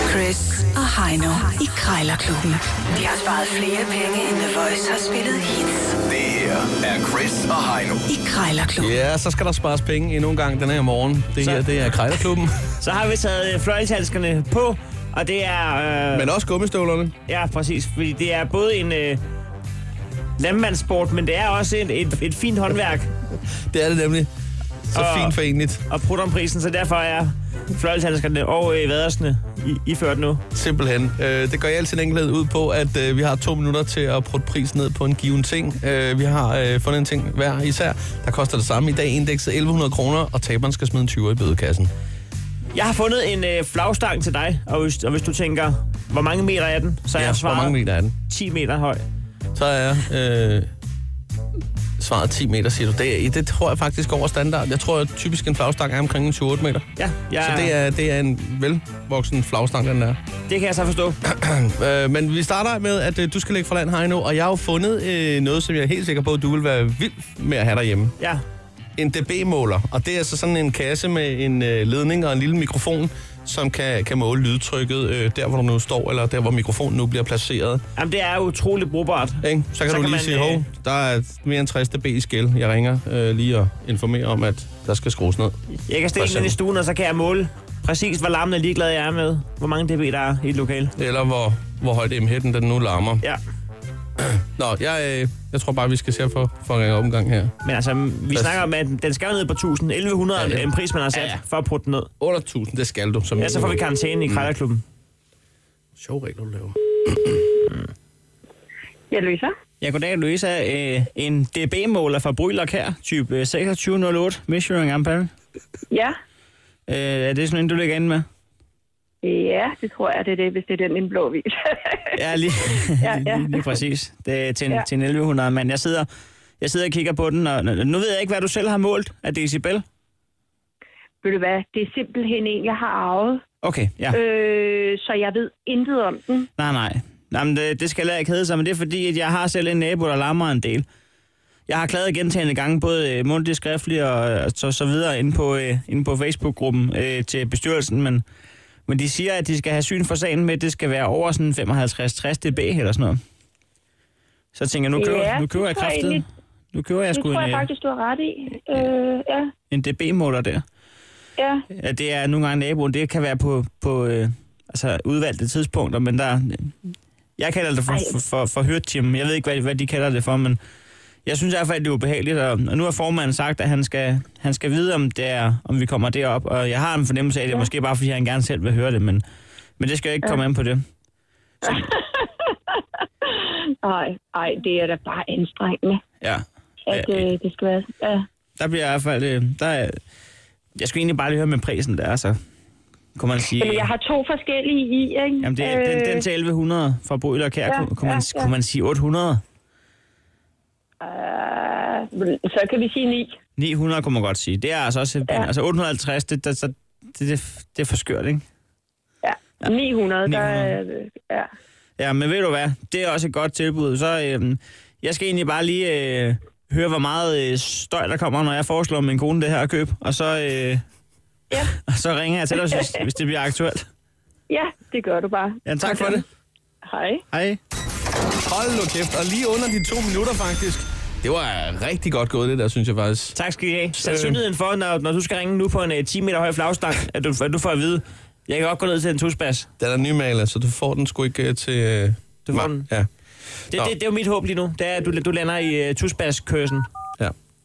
Chris og Heino i Krejlerklubben. De har sparet flere penge, end The Voice har spillet hits. Det her er Chris og Heino i Krejlerklubben. Ja, så skal der spares penge endnu en gang den her morgen. Det her, det er Krejlerklubben. Så har vi taget fløjlshandskerne på, og det er... Men også gummistøvlerne. Ja, præcis. Fordi det er både en landmandssport, men det er også et fint håndværk. Det er det nemlig. Så fint forenligt. Og prutter om prisen, så derfor er fløjlshandskerne og vadersene iført nu. Simpelthen. Det går i al sin enkelhed ud på, at vi har 2 minutter til at prutte prisen ned på en given ting. Vi har fundet en ting hver især. Der koster det samme. I dag indekset 1.100 kroner, og taberen skal smide en 20 i bødekassen. Jeg har fundet en flagstang til dig, og hvis du tænker, hvor mange meter er den, så er jeg svaret, hvor mange meter er den? 10 meter høj. Så er svaret 10 meter, siger du. Det tror jeg faktisk over standard. Jeg tror, at typisk en flagstang er omkring 28 meter. Ja. Så det er en velvoksen flagstang, den der. Det kan jeg så forstå. Men vi starter med, at du skal lægge fra land, Heino, og jeg har jo fundet noget, som jeg er helt sikker på, at du vil være vild med at have derhjemme. Ja. En dB-måler, og det er så sådan en kasse med en ledning og en lille mikrofon, som kan måle lydtrykket der, hvor du nu står, eller der, hvor mikrofonen nu bliver placeret. Jamen, det er utroligt brugbart. Så kan du lige sige, hov, der er mere end 60 dB i skæld. Jeg ringer lige og informerer om, at der skal skrues ned. Jeg kan stille den i stuen, og så kan jeg måle præcis, hvor larmende ligeglad jeg er med, hvor mange dB der er i et lokale. Eller hvor højt M-hætten den nu larmer. Ja. Nå, jeg tror bare, vi skal se for at ringe omgang her. Men altså, vi snakker om, at den skal ned på 1.000. 1.100 er en pris, man har sat for at putte den ned. 8.000, det skal du. Ja, så får vi karantæne i Krejlerklubben. Sjov regler, du laver. Ja, Louisa. Ja, goddag, Louisa. En dB-måler fra Brylok her, type 2608, measuring ampere. Ja. Er det sådan en, du ligger inde med? Ja, det tror jeg, det er det, hvis det er den blå vis. Ja, lige præcis. Det er til en 1100 mand. Jeg sidder og kigger på den, og nu ved jeg ikke, hvad du selv har målt af decibel. Ved du hvad, det er simpelthen en, jeg har arvet. Okay, ja. Så jeg ved intet om den. Nej. Jamen, det skal jeg ikke hedde sig, men det er fordi, at jeg har selv en nabo, der larmer en del. Jeg har klaget gentagne gange, både mundtligt, skriftligt og så videre inde på Facebook-gruppen til bestyrelsen, men de siger, at de skal have syn for sagen med, at det skal være over sådan 55-60 dB eller sådan noget. Så tænker jeg, nu køber jeg kraftigt. Nu køber jeg sgu det tror jeg faktisk, du har ret i. En dB-måler der. Ja. Ja, det er nogle gange naboen. Det kan være på udvalgte tidspunkter, men jeg kalder det for hørtime. Jeg ved ikke, hvad de kalder det for, men jeg synes i hvert fald, at det er ubehageligt, og nu har formanden sagt, at han skal vide, om vi kommer derop, og jeg har en fornemmelse af, at det måske bare, fordi han gerne selv vil høre det, men det skal jeg ikke komme ind på det. Nej, det er da bare anstrengende. Ja. At det skal være... Ja. Der bliver i hvert fald... jeg skulle egentlig bare lige høre med prisen der, så kunne man sige... Jamen, jeg har 2 forskellige i, ikke? Jamen, den til 1100 fra Brylok her, kunne man sige 800? Så kan vi sige 9. 900 kunne man godt sige. Det er altså også... Ja. Altså 850, det er for skørt, ikke? Ja, 900. Ja. Ja, men ved du hvad? Det er også et godt tilbud. Så jeg skal egentlig bare lige høre, hvor meget støj der kommer, når jeg foreslår min kone det her køb. Og så, og så ringer jeg til dig, hvis det bliver aktuelt. Ja, det gør du bare. Ja, tak for det. Hej. Hej. Hold nu kæft, og lige under de 2 minutter faktisk. Det var rigtig godt gået, det der, synes jeg faktisk. Tak skal I have. Sandsynligheden for, når du skal ringe nu på en 10 meter høj flagstang, at du får at vide, jeg kan godt gå ned til en tusbas. Den er nymalet, så du får den sgu ikke til... Du får den? Ja. Det er jo mit håb lige nu. Det er, at du lander i tusbas-kørsen. Ja.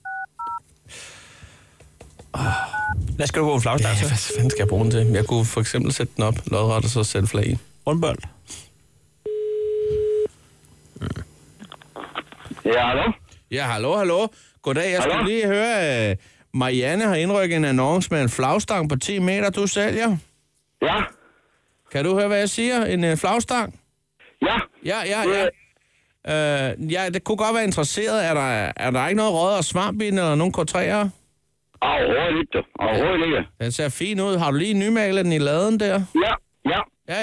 Hvad skal du bruge en flagstang til? Hvad fanden skal jeg bruge den til? Jeg kunne for eksempel sætte den op, lodret og så sætte flag i. Rundbold. Ja, hallo? Ja, hallo. Goddag, jeg skulle lige høre, Marianne har indrykket en annonce med en flagstang på 10 meter, du sælger. Ja. Kan du høre, hvad jeg siger? En flagstang? Ja. Ja, det kunne godt være interesseret. Er der ikke noget rød og svamp i den, eller nogen K3'er? Overhovedet ikke, du. Overhovedet ikke. Den ser fin ud. Har du lige nymalet den i laden der? Ja.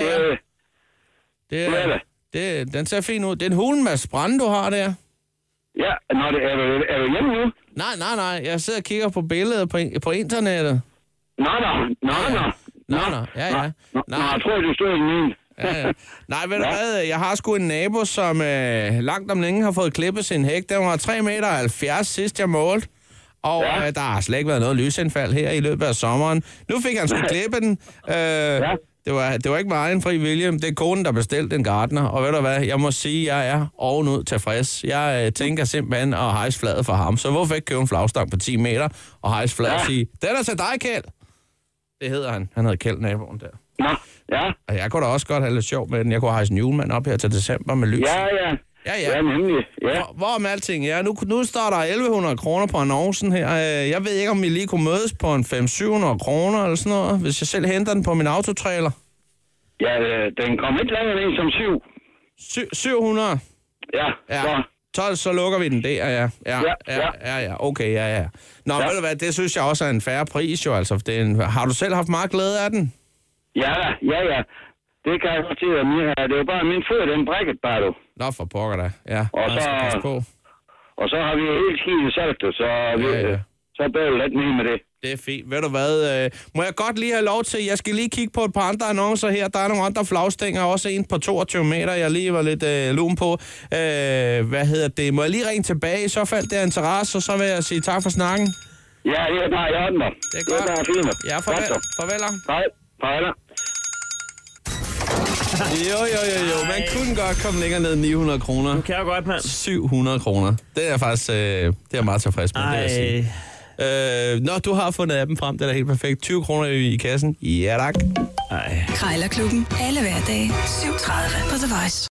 Det er det. Den ser fin ud. Det er en hulens brænde, du har der. Ja, er du hjemme nu? Nej. Jeg sidder og kigger på billedet på internettet. Nå. Nå. Ja. Nå, jeg tror, du stod i min. Ja. Nej, ved du hvad? Jeg har sgu en nabo, som langt om længe har fået klippet sin hæk. Den var 3,70 meter sidst jeg målte. Og der har slet ikke været noget lysindfald her i løbet af sommeren. Nu fik han sgu klippe den. Det var ikke mig egen fri vilje. Det er konen, der bestilte en gartner. Og ved du hvad? Jeg må sige, jeg er ovenud tilfreds. Jeg tænker simpelthen at hejse fladet for ham. Så hvorfor ikke købe en flagstang på 10 meter og hejse fladet og sige, den er til dig, Kjeld. Det hedder han. Han hedder Kjeld, naboen der. Nå, ja. Og jeg kunne da også godt have lidt sjov med den. Jeg kunne hejse en julemand op her til december med lys. Ja. Ja, nemlig. Ja. Hvor med alting? Ja, nu står der 1.100 kroner på annoncen her. Jeg ved ikke, om vi lige kunne mødes på en 500-700 kroner eller sådan noget, hvis jeg selv henter den på min autotrailer. Ja, den kom ikke længere ind som 700? Ja. Så lukker vi den der, ja. Okay, ja. Nå, ved du hvad, det synes jeg også er en fair pris, jo, altså. Har du selv haft meget glæde af den? Ja. Det kan jeg godt sige, at det er bare min fod, den brækket bare, du. Nå, for pokker da, ja. Og så har vi helt skidt salgt, så bøvler lidt mere med det. Det er fint. Ved du hvad, må jeg godt lige have lov til, jeg skal lige kigge på et par andre annoncer her. Der er nogle andre flagstænger, også en på 22 meter, jeg lige var lidt lun på. Hvad hedder det? Må jeg lige ringe tilbage, i så fald det er interesse, og så vil jeg sige tak for snakken. Ja, det er bare i orden. Det er godt. Det er bare fint. Ja, farvel. Hej. Jo. Man kunne godt komme længere ned 900 kroner. Du kan jo godt, mand. 700 kroner. Det er faktisk det er meget tilfreds med, det vil jeg sige. Du har fundet appen frem, det er da helt perfekt. 20 kroner i kassen. Ja, tak. Krejlerklubben. Alle hverdage. 7:30 på The Voice.